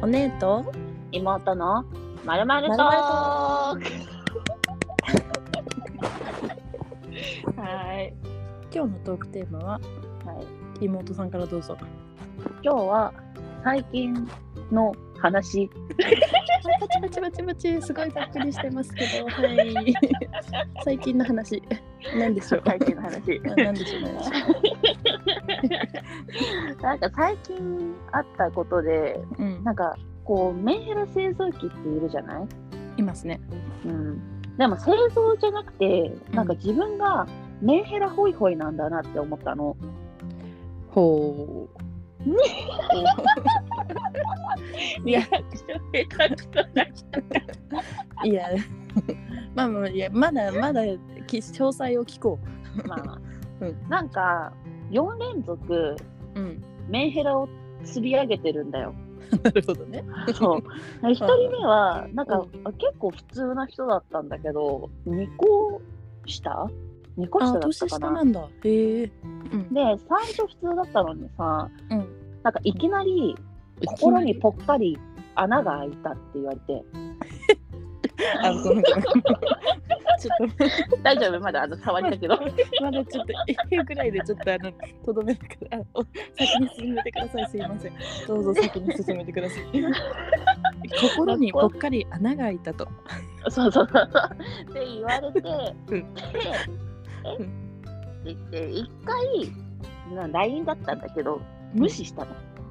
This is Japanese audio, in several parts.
お姉と妹のまるまるトーク。はい。 今日のトークテーマは、 はい、 妹さんからどうぞ。 今日は最近の話。 パチパチすごいざっくりしてますけど、はい。最近の話、なんでしょう。 最近の話。 なんでしょう。 なんか最近あったことで、なんかこうメンヘラ製造機っているじゃない？ いますね。 でも製造じゃなくて、なんか自分がメンヘラホイホイなんだなって思ったの。 ほう。 リアクション下手くそだ。 いや、まだ詳細を聞こう。 なんか4連続、メンヘラを釣り上げてるんだよ。 なるほどね。 そう。1人目はなんか、結構普通な人だったんだけど、2個下だったかな。 年下なんだ。へえ。 で、最初普通だったのにさ、なんかいきなり心にぽっかり穴が開いたって言われて。 ごめん。ちょっと大丈夫、まだ触りだけど。 まだちょっとぐらいでちょっととどめるから先に進めてください。すいません。どうぞ先に進めてください。心にぽっかり穴が開いたと。 そうって言われて、で一回LINE だったんだけど無視したの。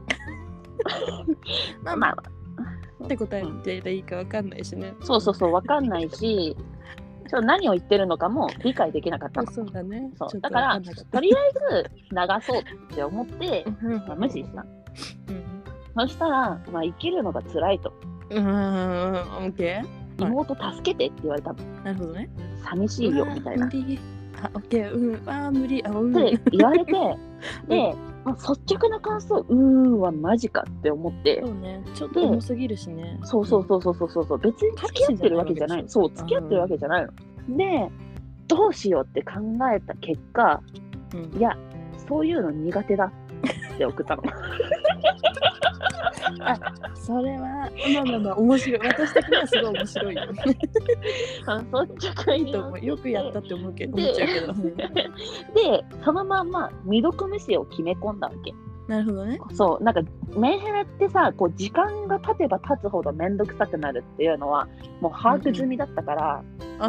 まあって答えていいか分かんないしね。 そう分かんないし、何を言ってるのかも理解できなかったの。 そうだね。 だからとりあえず流そうって思って無視した。そしたら生きるのが辛いと。 オッケー。 妹助けてって言われたの。 なるほどね。 寂しいよみたいな。 オッケー。無理。 って言われて、で率直な感想、はマジかって思って。 そうね。ちょっと重すぎるしね。 そう。別に付き合ってるわけじゃない。付き合ってるわけじゃないの。で、どうしようって考えた結果、いや、そういうの苦手だって送ったの。 それは面白い。私的にはすごい面白いよ。 率直にいいと思う。よくやったって思っちゃうけど。 で、そのまんま未読無視を決め込んだわけ。 なるほどね。 そう、なんかメンヘラってさ、こう時間が経てば経つほどめんどくさくなるっていうのはもう把握済みだったから。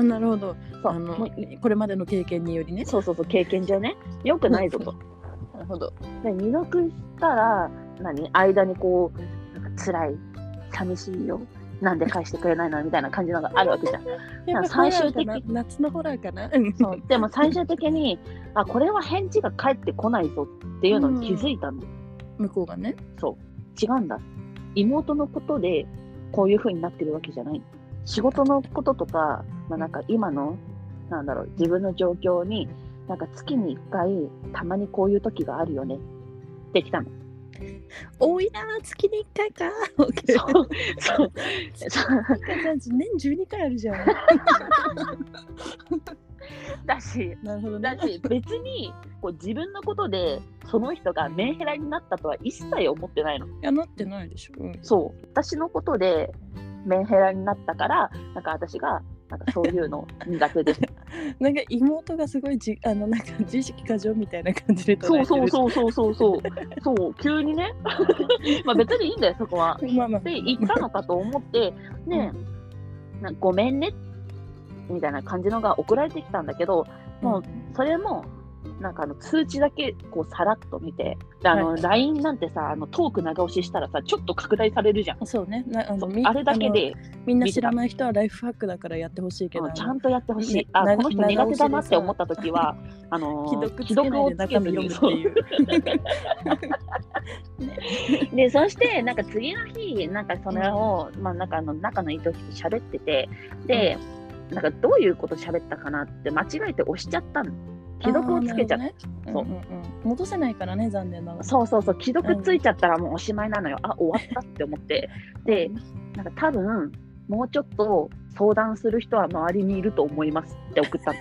なるほど。これまでの経験によりね。 そう経験上ね、よくないぞと。 なるほど。 で、未読したら間にこうなんか辛い、寂しいよ、なんで返してくれないのみたいな感じのがあるわけじゃん。最終的に夏のホラーかな。 そうでも最終的にこれは返事が返ってこないぞっていうのに気づいたんだよ。 向こうがね。 違うんだ。妹のことでこういう風になってるわけじゃない。仕事のこととか、なんか今の自分の状況になんか月に1回たまにこういう時があるよねってきたの。 多いな、月に1回か。そう年12回あるじゃん。 だしなるほどね。 別にこう自分のことでその人がメンヘラになったとは一切思ってないの。 なってないでしょ。私のことでメンヘラになったから、なんか私がなんかそういうの苦手です。 なんか妹がすごいなんか自意識過剰みたいな感じで捉えてる。 そう急にね。別にいいんだよそこは。で言ったのかと思ってね、ごめんねみたいな感じのが送られてきたんだけど、もうそれもなんか通知だけこうさらっと見て、LINE なんてさトーク長押ししたらさちょっと拡大されるじゃん。 そうね。 あれだけでみんな知らない人はライフハックだからやってほしいけど、 ちゃんとやってほしい。この人苦手だなって思った時は既読をつけずに読むっていう。でそしてなんか次の日なんかそれをなんか仲のいい時と喋ってて、でなんかどういうこと喋ったかなって間違えて押しちゃったの。既読をつけちゃった。 戻せないからね、残念ながら。 そう既読ついちゃったらもうおしまいなのよ。終わったって思って。でなんか多分もうちょっと相談する人は周りにいると思いますって送ったの。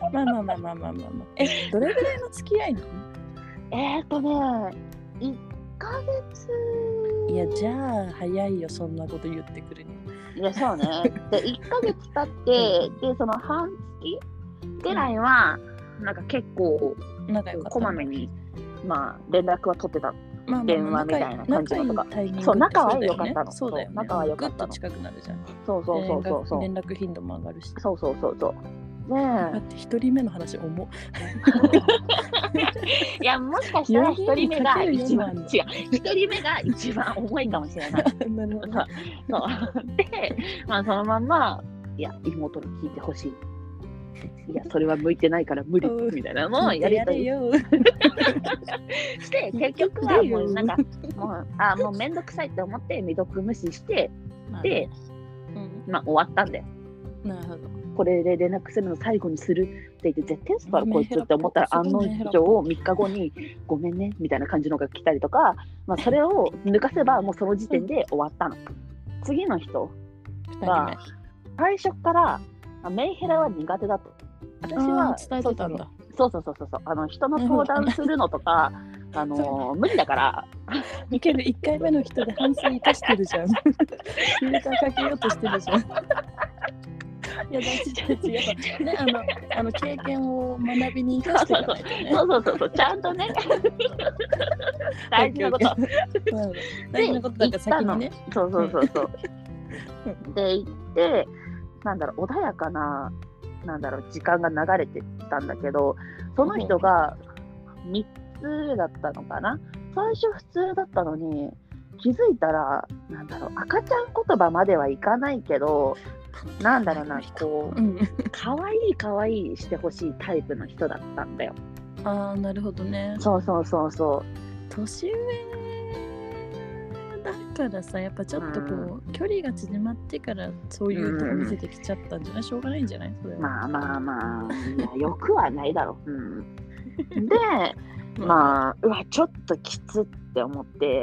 どれぐらいの付き合いなの？ ヶ月。 いやじゃあ早いよ、そんなこと言ってくるに。 いやそうね。で1ヶ月経ってでその半月ぐらいはなんか結構こまめにまあ連絡は取ってた。電話みたいな感じのとか。そう仲は良かったの。そうだよね。仲は良かったの。 ぐっと近くなるじゃん。 そう。 連絡頻度も上がるし。 そう。ねだって一人目の話重っ。 いやもしかしたら一人目が一番一人目が一番重いかもしれない。 なるほど。 そうで、まあそのまんまいや妹に聞いてほしい。いやそれは向いてないから無理みたいなのをやりたいして結局はもうなんかもうめんどくさいって思って未読無視して、で、まあ終わったんだよ。 なるほど。 これで連絡するの最後にするって言って絶対嘘だろこいつって思ったら案の定3日後にごめんねみたいな感じのが来たりとか、まあ、それを抜かせばもうその時点で終わったの。次の人は最初からメンヘラは苦手だと。私は伝えてたんだ。 そう人の相談するのとか無理だからいける。1回目の人で反省生かしてるじゃん。フィルターかけようとしてるじゃん。いや大事やっぱね経験を学びに生かしていかないとね。 そうちゃんとね大事なこと大事なことだから先にね。 そうで行って穏やかな時間が流れてたんだけど、その人が3つだったのかな。最初普通だったのに気づいたら赤ちゃん言葉まではいかないけどこう可愛いしてほしいタイプの人だったんだよ。 ああなるほどね。 そう年上だからさ、やっぱちょっとこう、距離が縮まってからそういうとこ見せてきちゃったんじゃない？しょうがないんじゃない？それはまあよくはないだろう。でまあうわちょっときつって思って、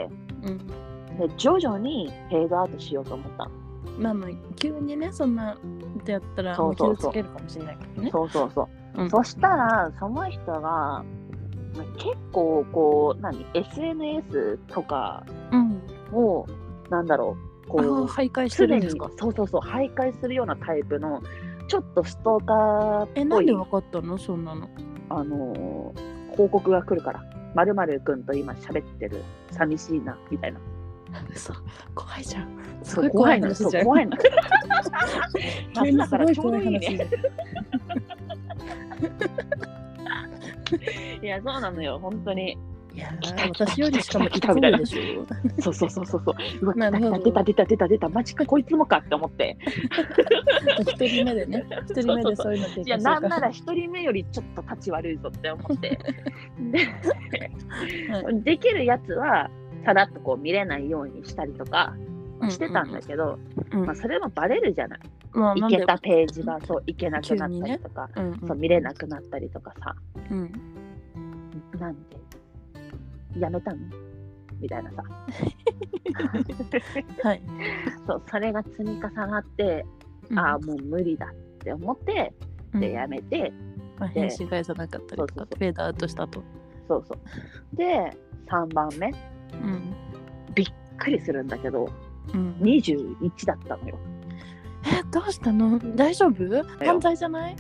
で徐々にフェードアウトしようと思った。 まあ急にねそんなってやったら傷つけるかもしれないからね。 そしたらその人が結構こうSNS とかをこう徘徊してるんですか？ そう徘徊するようなタイプのちょっとストーカーっぽい。 なんで分かったのそんなの？ 報告が来るから〇〇くんと今喋ってる寂しいなみたいな。 怖いじゃん。 すごい怖いの。怖いの。 急にすごい怖い話で。 いやそうなのよ本当に。 いや私よりしかも来たみたいでしょ。 そう。うわ出たマジかこいつもかって思って。 一人目でね。一人目でそういうの経験するから。いやなんなら一人目よりちょっと立ち悪いぞって思って。できるやつはさらっとこう見れないようにしたりとかしてたんだけど、それもバレるじゃない。いけたページがいけなくなったりとか、見れなくなったりとかさ、なんでやめたのみたいなさそれが積み重なって、もう無理だって思ってでやめて、 返信返さなかったりとかフェードアウトしたと。 で3番目、びっくりするんだけど、21だったのよ。 どうしたの？大丈夫？犯罪じゃない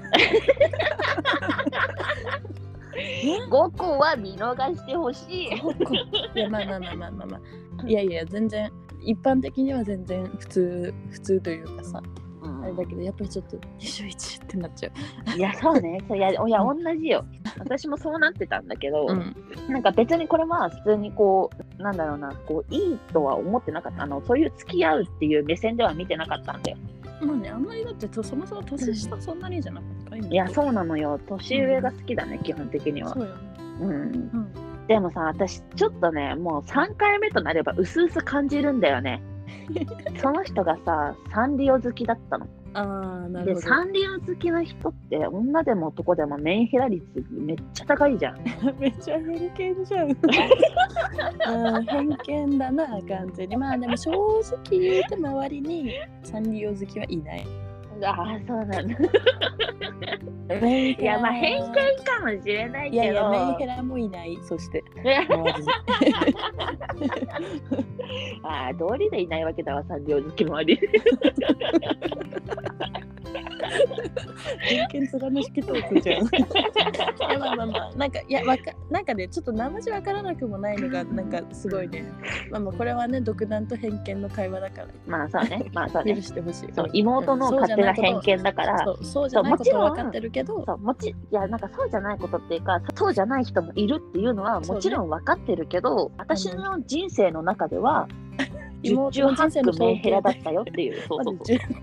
5個は見逃してほしい。 いやまあいや全然一般的には全然普通というかさ、あれだけどやっぱりちょっと21ってなっちゃう。 いやそうね。いや同じよ。私もそうなってたんだけど、なんか別にこれは普通にこういいとは思ってなかった。そういう付き合うっていう目線では見てなかったんだよ。 まあね、あんまりだってそもそも年下そんなにじゃなかった？ いやそうなのよ。年上が好きだね、基本的には。 そうよね。 でもさ、私ちょっとねもう3回目となればうすうす感じるんだよね。その人がさサンリオ好きだったの。 なるほど。 でサンリオ好きな人って女でも男でもメンヘラ率めっちゃ高いじゃん。 めっちゃ偏見じゃん。偏見だな完全に。まあでも正直言うと周りにサンリオ好きはいない。 そうなんだ。いや、まあ偏見かもしれないけど。 いやメンヘラもいない。そして道理でいないわけだわ、三両好きもあり。 偏見貫き通すじゃん。いやまあなんかなんかねちょっと生地わからなくもないのがなんかすごいね。まあこれはね独断と偏見の会話だから。 まあそうね。許してほしい。 そう妹の勝手な偏見だから。 そうじゃないことは分かってるけど。 いやなんかそうじゃないことっていうかそうじゃない人もいるっていうのはもちろん分かってるけど、私の人生の中では。妹の人生のメンヘラだったよっていう。そう18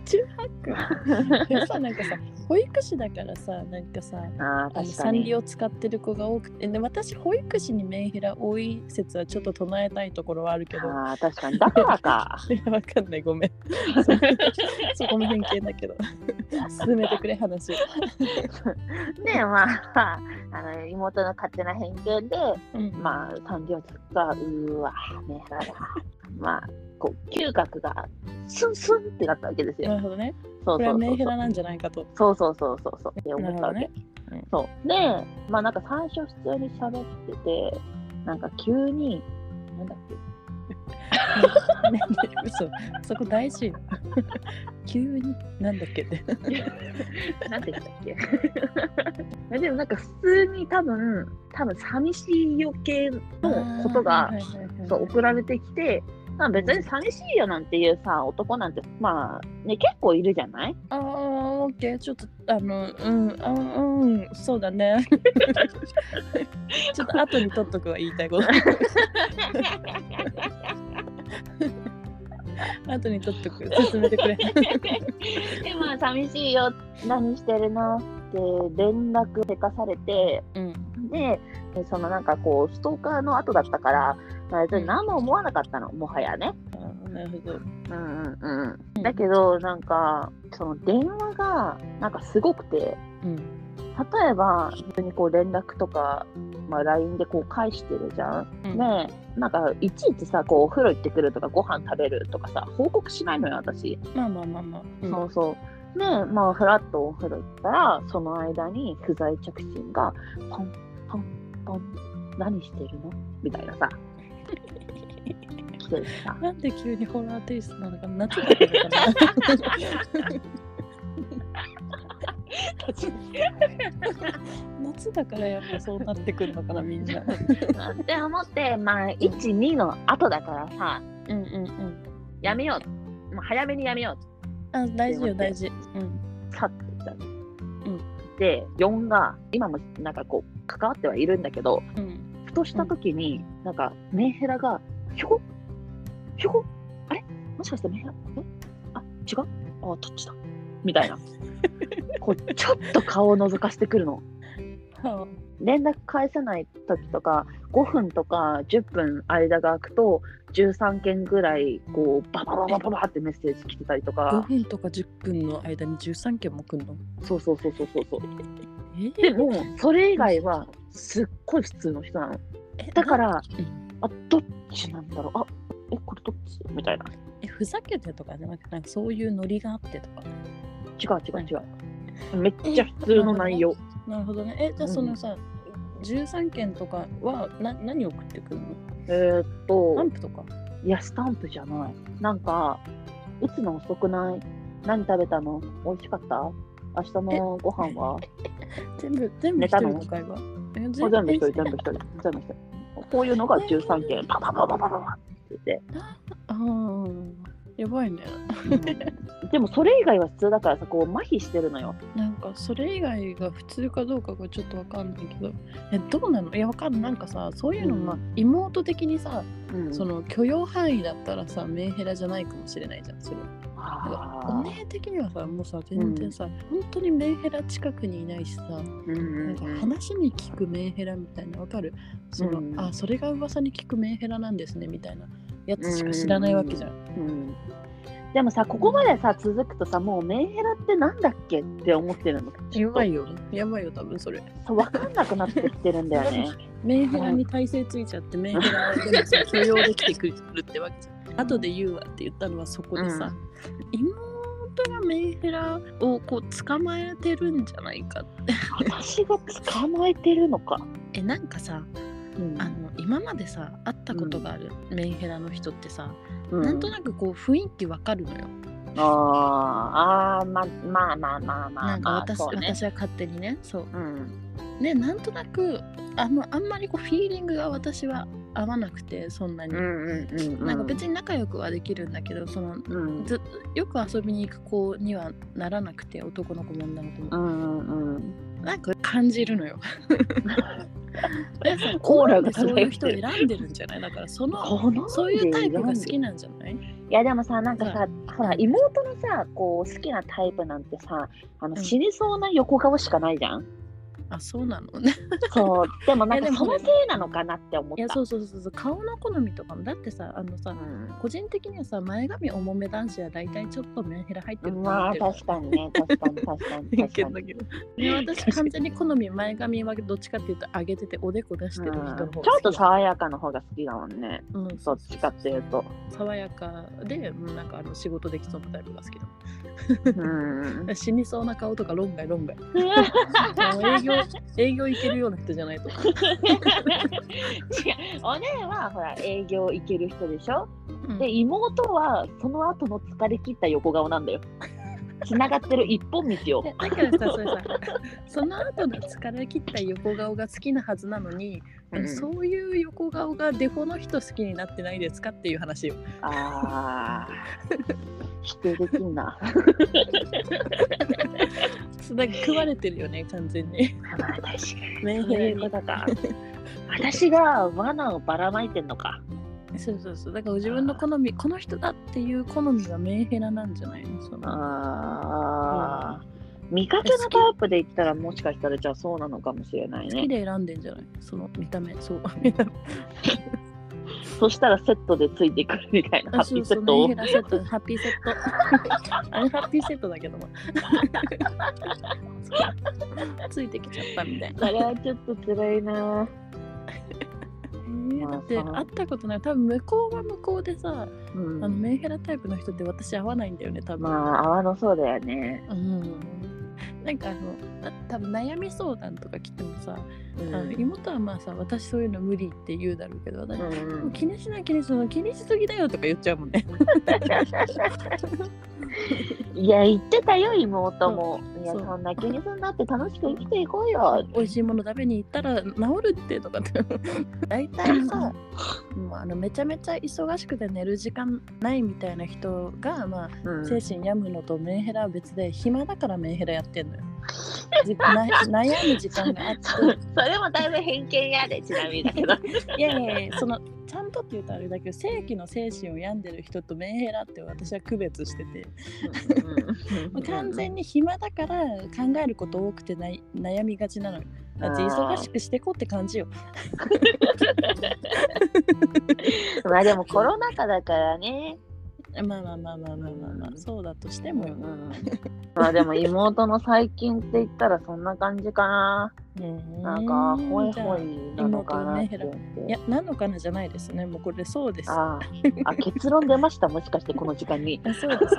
区さなんかさ保育士だからさなんかさサンリオ使ってる子が多くてで私保育士にメンヘラ多い説はちょっと唱えたいところはあるけど確かにだからかいやわかんないごめんそこも偏見だけど進めてくれ話をねまあ妹の勝手な偏見で、まあサンリオがうわメンヘラだまあこう嗅覚がスンスンってなったわけですよ。 なるほどね。これはメンヘラなんじゃないかと。 そうって思ったわけ。そうで、まあなんか最初普通に喋ってて、なんか急になんだっけ。 嘘、そこ大事よ。急になんだっけってなんて言ったっけでもなんか普通に多分寂しい余計のことが送られてきて、別に寂しいよなんていうさ男なんてまあね結構いるじゃない？ オッケーちょっとそうだねちょっと後に取っとくわ言いたいこと後に取っとく進めてくれでまあ寂しいよ何してるのって連絡せかされて、でそのなんかこうストーカーの後だったから何も思わなかったのもはやね。 なるほど。 だけどなんかその電話がなんかすごくて、例えば普通にこう連絡とか、LINE でこう返してるじゃん。ねなんかいちいちさこうお風呂行ってくるとかご飯食べるとかさ報告しないのよ私。そうでフラッとお風呂行ったらその間に不在着信がポンポンポン何してるのみたいなさ来てるさ。 なんで急にホラーテイストなのか夏だからかな夏だからやっぱそうなってくるのかなみんなって思って1、2の後だからさやめよう早めにやめよう大事よ大事さって言ったので4が今もなんかこう関わってはいるんだけど、ふとした時になんかメンヘラがひょこあれもしかしてメンヘラ違うどっちだみたいなこうちょっと顔を覗かしてくるの連絡返せない時とか5分とか10分間が空くと13件ぐらいこうババババババってメッセージ来てたりとか 5分とか10分の間に13件も来るの？ そうでもそれ以外はすっごい普通の人なのだからどっちなんだろうこれどっちみたいなふざけてとかじゃなくてなんかそういうノリがあってとか違うめっちゃ普通の内容。 なるほどね。じゃあそのさ、13件とかは何送ってくるの？スタンプとか？ いやスタンプじゃない。なんか打つの遅くない？何食べたの？美味しかった？明日のご飯は？ 全部一人の会話？ 全部一人。こういうのが13件パパパパパパって言って。 やばいねでもそれ以外は普通だからさこう麻痺してるのよ。 なんかそれ以外が普通かどうかがちょっとわかんないけどどうなの？いやわかんない。なんかさそういうのが妹的にさ、その許容範囲だったらさメンヘラじゃないかもしれないじゃんそれ。お姉的にはさもうさ全然さ、本当にメンヘラ近くにいないしさ、なんか話に聞くメンヘラみたいなわかる？そのそれが噂に聞くメンヘラなんですねみたいなやつしか知らないわけじゃん。 でもさここまでさ続くとさもうメンヘラってなんだっけって思ってるの。 やばいよ多分それ。 分かんなくなってきてるんだよねメンヘラに耐性ついちゃってメンヘラでもさ許容できてくるってわけじゃん。後で言うわって言ったのはそこでさ、妹人がメンヘラをこう捕まえてるんじゃないかって。 私が捕まえてるのか。 なんかさ、今までさ会ったことがあるメンヘラの人ってさ、なんとなくこう雰囲気わかるのよ。 まあなんか私は勝手にね、そう、ね、なんとなくあんまりこうフィーリングが私は合わなくて、そんなに、なんか別に仲良くはできるんだけど、その、よく遊びに行く子にはならなくて、男の子も女の子も、なんか感じるのよ。オーラがそういう人選んでるんじゃない？だからそういうタイプが好きなんじゃない？ いやでもさ、なんかさ、ほら妹のさ、こう好きなタイプなんてさ、死にそうな横顔しかないじゃん。 あ、そうなのね。 そう、でもなんかそのせいなのかなって思った。 いや、そう顔の好みとかも、だってさ、個人的にはさ、前髪重め男子は大体ちょっとメンヘラ入ってると思ってる。 まあ確かにね、確かに私完全に好み、前髪はどっちかっていうと上げてておでこ出してる人の方が好き。 ちょっと爽やかの方が好きだもんね。どっちかっていうと爽やかで、なんか仕事できそうなタイプが好きだ。死にそうな顔とか論外。営業行けるような人じゃないと。違う、 お姉はほら営業行ける人でしょ、で妹はその後の疲れ切った横顔なんだよ。つながってる一本道よ。 だからさ、その後の疲れ切った横顔が好きなはずなのに、そういう横顔がデフォの人好きになってないですかっていう話よ。 否定できんな。 なんか食われてるよね、完全に。 確かに。メンヘラの方か。私が罠をばらまいてんのか。 そうだから自分の好み、この人だっていう好みがメンヘラなんじゃないの？ 見かけのタイプで言ったら、もしかしたらじゃあそうなのかもしれないね。 好きで選んでんじゃない？その見た目。そう。 そしたらセットでついてくるみたいな。ハッピーセット。 メンヘラセット、ハッピーセット。あれハッピーセットだけども。ついてきちゃったみたいな。 あれはちょっと辛いな。 だって会ったことない。多分向こうは向こうでさ、メンヘラタイプの人って私合わないんだよね、多分。 まあ合わなそうだよね。 なんか多分悩み相談とか来てもさ、妹はまあさ、私そういうの無理って言うだろうけど、私、もう気にしすぎだよとか言っちゃうもんね。 いや言ってたよ妹も。いやそんな気にすんなって楽しく生きていこうよ。 美味しいもの食べに行ったら治るってとかって大体さ、めちゃめちゃ忙しくて寝る時間ないみたいな人が、精神病むのとメンヘラは別で、暇だからメンヘラやってんのよ。悩む時間があって。 それもだいぶ偏見やで、ちなみにだけど。 いやちゃんとって言うとあれだけど、正規の精神を病んでる人とメンヘラって私は区別してて、完全に暇だから考えること多くて悩みがちなのよ。だって忙しくしてこって感じよ。 まあでもコロナ禍だからね。 まあそうだとしてもよ。 まあでも妹の最近って言ったらそんな感じかな。なんかホイホイなのかなって。 いや、なのかなじゃないですね。もうこれそうです。 結論出ました。もしかしてこの時間に。 そうです。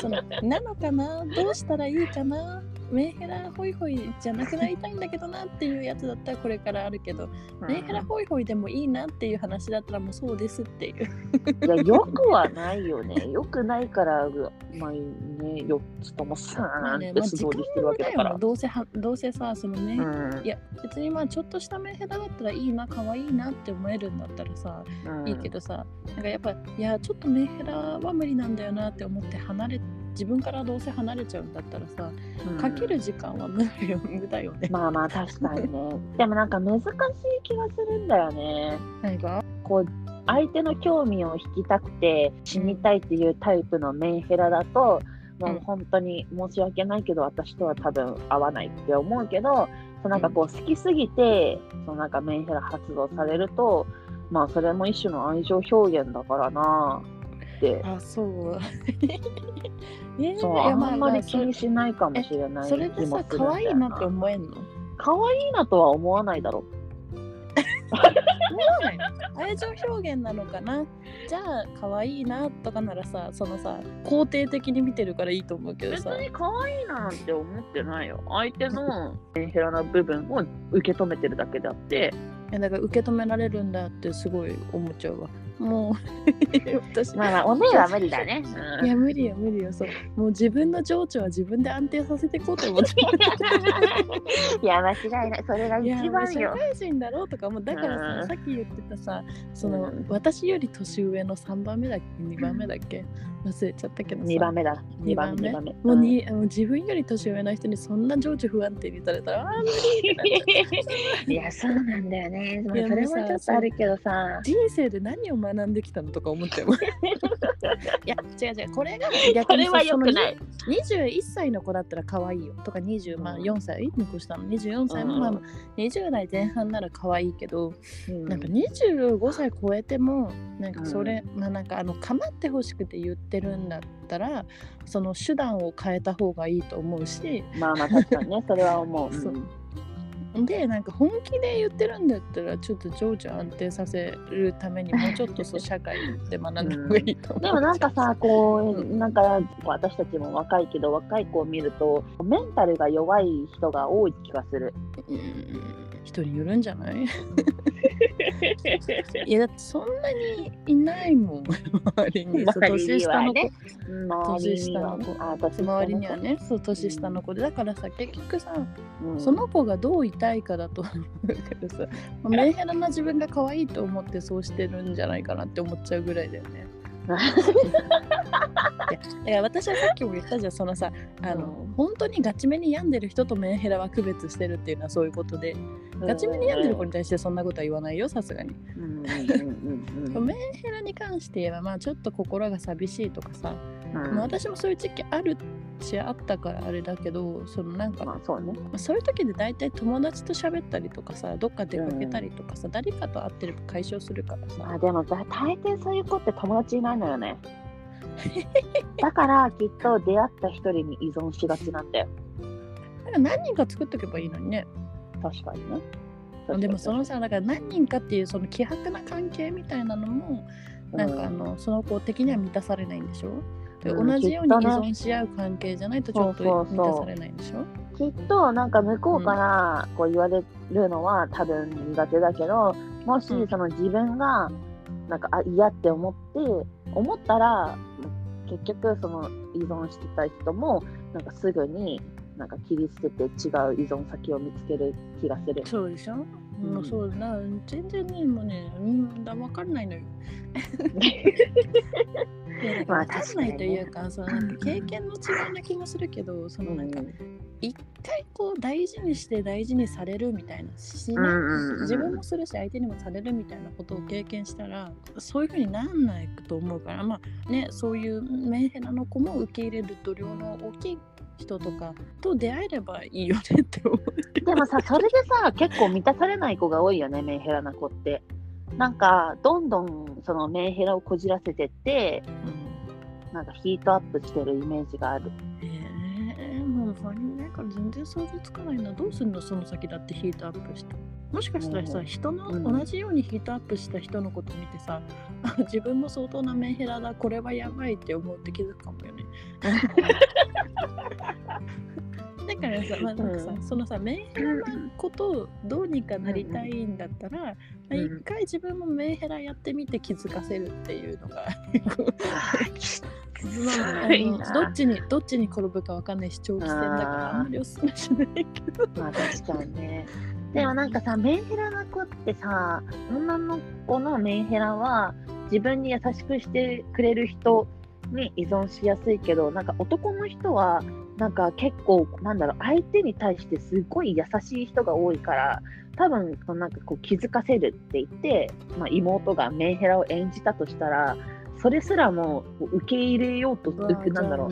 なのかな、どうしたらいいかな、メンヘラホイホイじゃなくなりたいんだけどなっていうやつだったらこれからあるけど、メンヘラホイホイでもいいなっていう話だったらもうそうですっていう。 いやよくはないよね。よくないから、まあね、4つともさーんって素通りしてるわけだから。 どうせさ、そのね、いや別にちょっとしたメンヘラだったらいいな、可愛いなって思えるんだったらさ、いいけどさ、なんかやっぱいやちょっとメンヘラは無理なんだよなって思って自分からどうせ離れちゃうんだったらさ、かける時間は無だよね。 まあ確かにね。でもなんか難しい気がするんだよね。 何かこう相手の興味を引きたくて死にたいっていうタイプのメンヘラだと、もう本当に申し訳ないけど私とは多分合わないって思うけど、なんかこう好きすぎてなんかメンヘラ発動されると、まあそれも一種の愛情表現だからなって。 そう。 あんまり気にしないかもしれない。 それでさ、可愛いなって思えんの？ 可愛いなとは思わないだろう。 思わないの？愛情表現なのかな？ じゃあ可愛いなとかならさ、そのさ肯定的に見てるからいいと思うけどさ、 別に可愛いなんて思ってないよ。相手のメンヘラな部分を受け止めてるだけであって。 だから受け止められるんだってすごい思っちゃうわ。もう私まあお姉は無理だね。 いや無理よそう。もう自分の情緒は自分で安定させていこうと思っていや間違いない、それが一番よ。 社会人だろうとかもだからさ、さっき言ってたさ、その、私より年上の3番目だっけ2番目だっけ忘れちゃったけどさ、 2番目だ2番目もう自分より年上の人にそんな情緒不安定にされたら無理いやそうなんだよね。まあ、それはちょっとあるけどさ、 人生で何を学んできたのとか思っちゃういや違うこれが逆にそれは良くない。 21歳の子だったら可愛いよとか24歳2個下の24歳も、まあ、20代前半なら可愛いけど、なんか25歳超えてもなんかそれ、まあなんか構ってほしくて言ってるんだったらその手段を変えた方がいいと思うし、 まあ確かにねそれは思う。 そうでなんか本気で言ってるんだったらちょっと情緒安定させるためにもうちょっとそう社会で学んだ方がいいと思う。 でもなんかさこうなんか私たちも若いけど若い子を見るとメンタルが弱い人が多い気がする。 人によるんじゃないいやだってそんなにいないもん周りに。年下の子、年下の子周りにはね、そう年下の子でだからさ結局さ、その子がどう痛いかだと思うけどさ、メンヘラな自分が可愛いと思ってそうしてるんじゃないかなって思っちゃうぐらいだよね。いや私はさっきも言ったじゃん、そのさ本当にガチめに病んでる人とメンヘラは区別してるっていうのはそういうことで、ガチめに病んでる子に対してそんなことは言わないよさすがに。メンヘラに関して言えばまあちょっと心が寂しいとかさ、私もそういう時期あるしあったからあれだけど、そのなんか、そういう時で大体友達と喋ったりとかさ、どっか出かけたりとかさ、誰かと会ってれば解消するからさ。 でも大抵そういう子って友達いないのよね。だからきっと出会った一人に依存しがちなんだよ。 だから何人か作っとけばいいのにね。 確かにね。 でもそのさ、だから何人かっていうその希薄な関係みたいなのもなんかその子的には満たされないんでしょ。同じように依存し合う関係じゃないとちょっと満たされないんでしょ。 きっとなんか向こうからこう言われるのは多分苦手だけど、もしその自分がなんか嫌って思ったら結局その依存してた人もなんかすぐになんか切り捨てて違う依存先を見つける気がする。 そうでしょ。もうそうだな、全然ねもうね分かんないのよ。分かんないというか、そのなんか経験の違いな気もするけど、そのなんか一回こう大事にして大事にされるみたいな自分もするし相手にもされるみたいなことを経験したらそういう風になんないと思うから、まあね、そういうメンヘラの子も受け入れる度量の大きい人とかと出会えればいいよねって思う。 でもさそれでさ結構満たされない子が多いよね、メンヘラな子って。なんかどんどんそのメンヘラをこじらせてって、なんかヒートアップしてるイメージがある。 もう周りにないから全然想像つかないな。どうすんのその先だってヒートアップして。もしかしたらさ、人の同じようにヒートアップした人のこと見てさ、自分も相当なメンヘラだ、これはやばいって思って気づくかもよね。だからさ、まあ、なんかさ、そのさメンヘラなことをどうにかなりたいんだったら、一回自分もメンヘラやってみて気づかせるっていうのがどっちに転ぶかわかんないし長期戦だからあんまりおすすめしないけど。 まあ確かにね。でもなんかさ、メンヘラな子ってさ、女の子のメンヘラは自分に優しくしてくれる人に依存しやすいけど、なんか男の人はなんか結構相手に対してすごい優しい人が多いから、多分なんかこう気づかせるって言って、妹がメンヘラを演じたとしたら、それすらも受け入れようと沼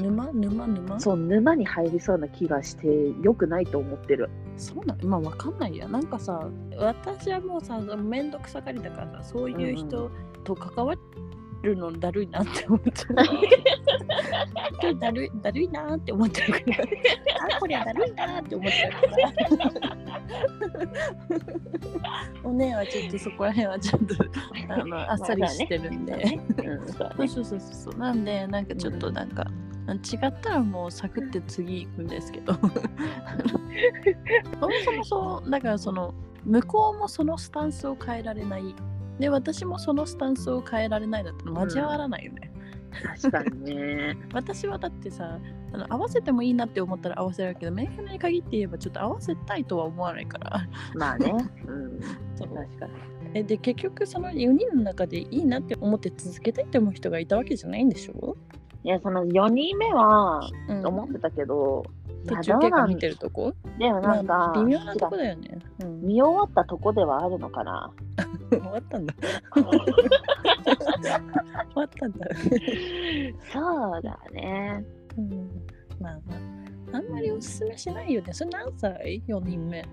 に入りそうな気がして良くないと思ってる。 そうなの、分かんないや。なんかさ、私はもうさめんどくさがりだからさ、そういう人と関わるのだるいなって思っちゃう。だるいなって思っちゃうからこりゃだるいなって思っちゃうからおねはちょっとそこら辺はちゃんとあっさりしてるんで、そうなんでなんかちょっとなんか、違ったらもうサクって次行くんですけどそもそもそうだからその向こうもそのスタンスを変えられないで私もそのスタンスを変えられないだったら交わらないよね、 確かにね私はだってさ合わせてもいいなって思ったら合わせるけどメンヘラに限って言えばちょっと合わせたいとは思わないからまあね、 そう確かにで結局その4人の中でいいなって思って続けたいって思う人がいたわけじゃないんでしょ。 いやその4人目は思ってたけど、 途中経過見てるとこでもなんか、 微妙なとこだよね、 見終わったとこではあるのかな終わったんだ終わったんだそうだね、 まああんまりおすすめしないよね。それ何歳 ?4 人目。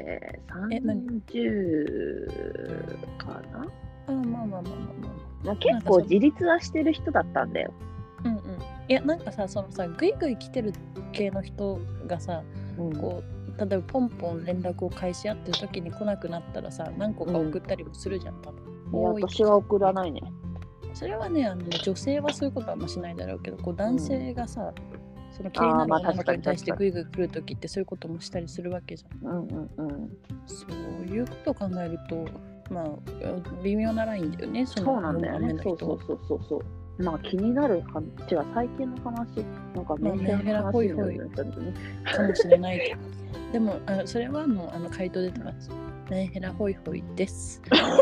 30かな。 まあ結構自立はしてる人だったんだよ。 いやなんかさそのさグイグイ来てる系の人がさ、こう例えばポンポン連絡を返し合ってる時に来なくなったらさ何個か送ったりもするじゃん、多分。 いや私は送らないね。 それはね女性はそういうことはあんましないだろうけど、こう男性がさ、その気になる女の子に対してグイグイ来る時ってそういうこともしたりするわけじゃん。そういうことを考えるとまあ微妙なラインだよね。 そうなんだよね。そうまあ気になる話は最近の話なんかメンヘラホイホイかもしれないけどでもそれはもう回答出てます。メンヘラホイホイです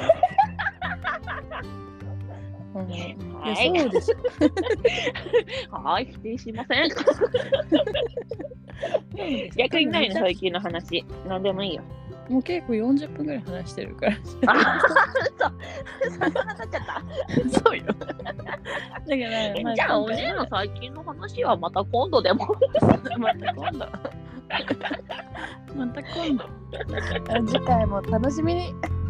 はい、そうです。はい、否定しません。逆にないの最近の話。何でもいいよ。 もう結構40分ぐらい話してるから。 そんな話っちゃった。 そうよ。だから、 じゃあお姉の最近の話はまた今度でも。 また今度。次回も楽しみに。